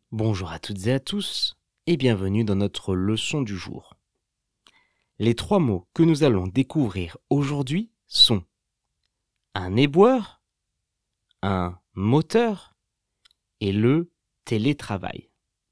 Bonjour à toutes et à tous et bienvenue dans notre leçon du jour. Les 3 mots que nous allons découvrir aujourd'hui sont un éboueur, un moteur et le télétravail.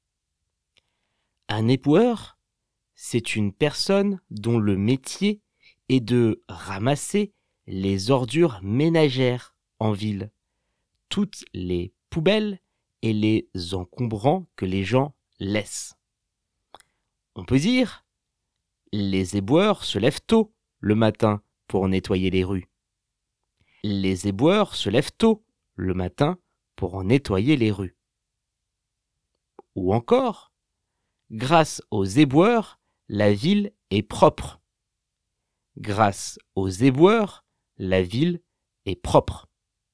Un éboueur, c'est une personne dont le métier est de ramasser les ordures ménagères en ville, toutes les poubelles et les encombrants que les gens laissent. On peut dire, les éboueurs se lèvent tôt le matin pour nettoyer les rues. Les éboueurs se lèvent tôt le matin pour nettoyer les rues. Ou encore, grâce aux éboueurs, la ville est propre. Grâce aux éboueurs, la ville est propre.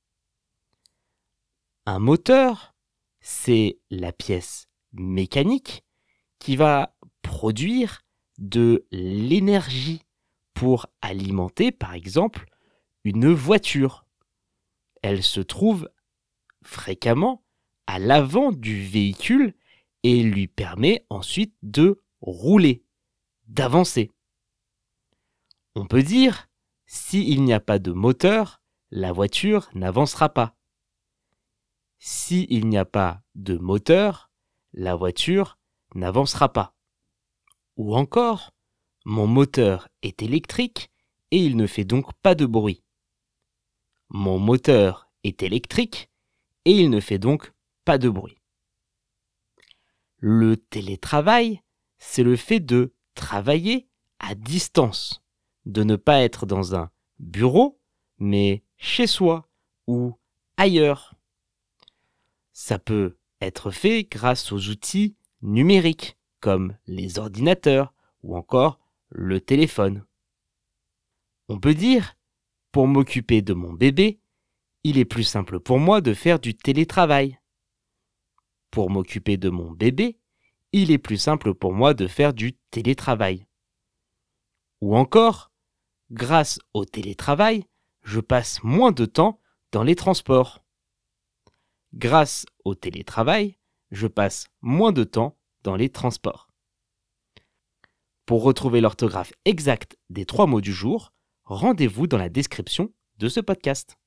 Un moteur, c'est la pièce mécanique qui va produire de l'énergie pour alimenter, par exemple, une voiture. Elle se trouve fréquemment à l'avant du véhicule et lui permet ensuite de rouler, d'avancer. On peut dire, s'il n'y a pas de moteur, la voiture n'avancera pas. S'il n'y a pas de moteur, la voiture n'avancera pas. Ou encore, mon moteur est électrique et il ne fait donc pas de bruit. Mon moteur est électrique et il ne fait donc pas de bruit. Le télétravail, c'est le fait de travailler à distance, de ne pas être dans un bureau, mais chez soi ou ailleurs. Ça peut être fait grâce aux outils numériques comme les ordinateurs ou encore le téléphone. On peut dire, pour m'occuper de mon bébé, il est plus simple pour moi de faire du télétravail. Pour m'occuper de mon bébé, il est plus simple pour moi de faire du télétravail. Ou encore, grâce au télétravail, je passe moins de temps dans les transports. Grâce au télétravail, je passe moins de temps dans les transports. Pour retrouver l'orthographe exacte des 3 mots du jour, rendez-vous dans la description de ce podcast.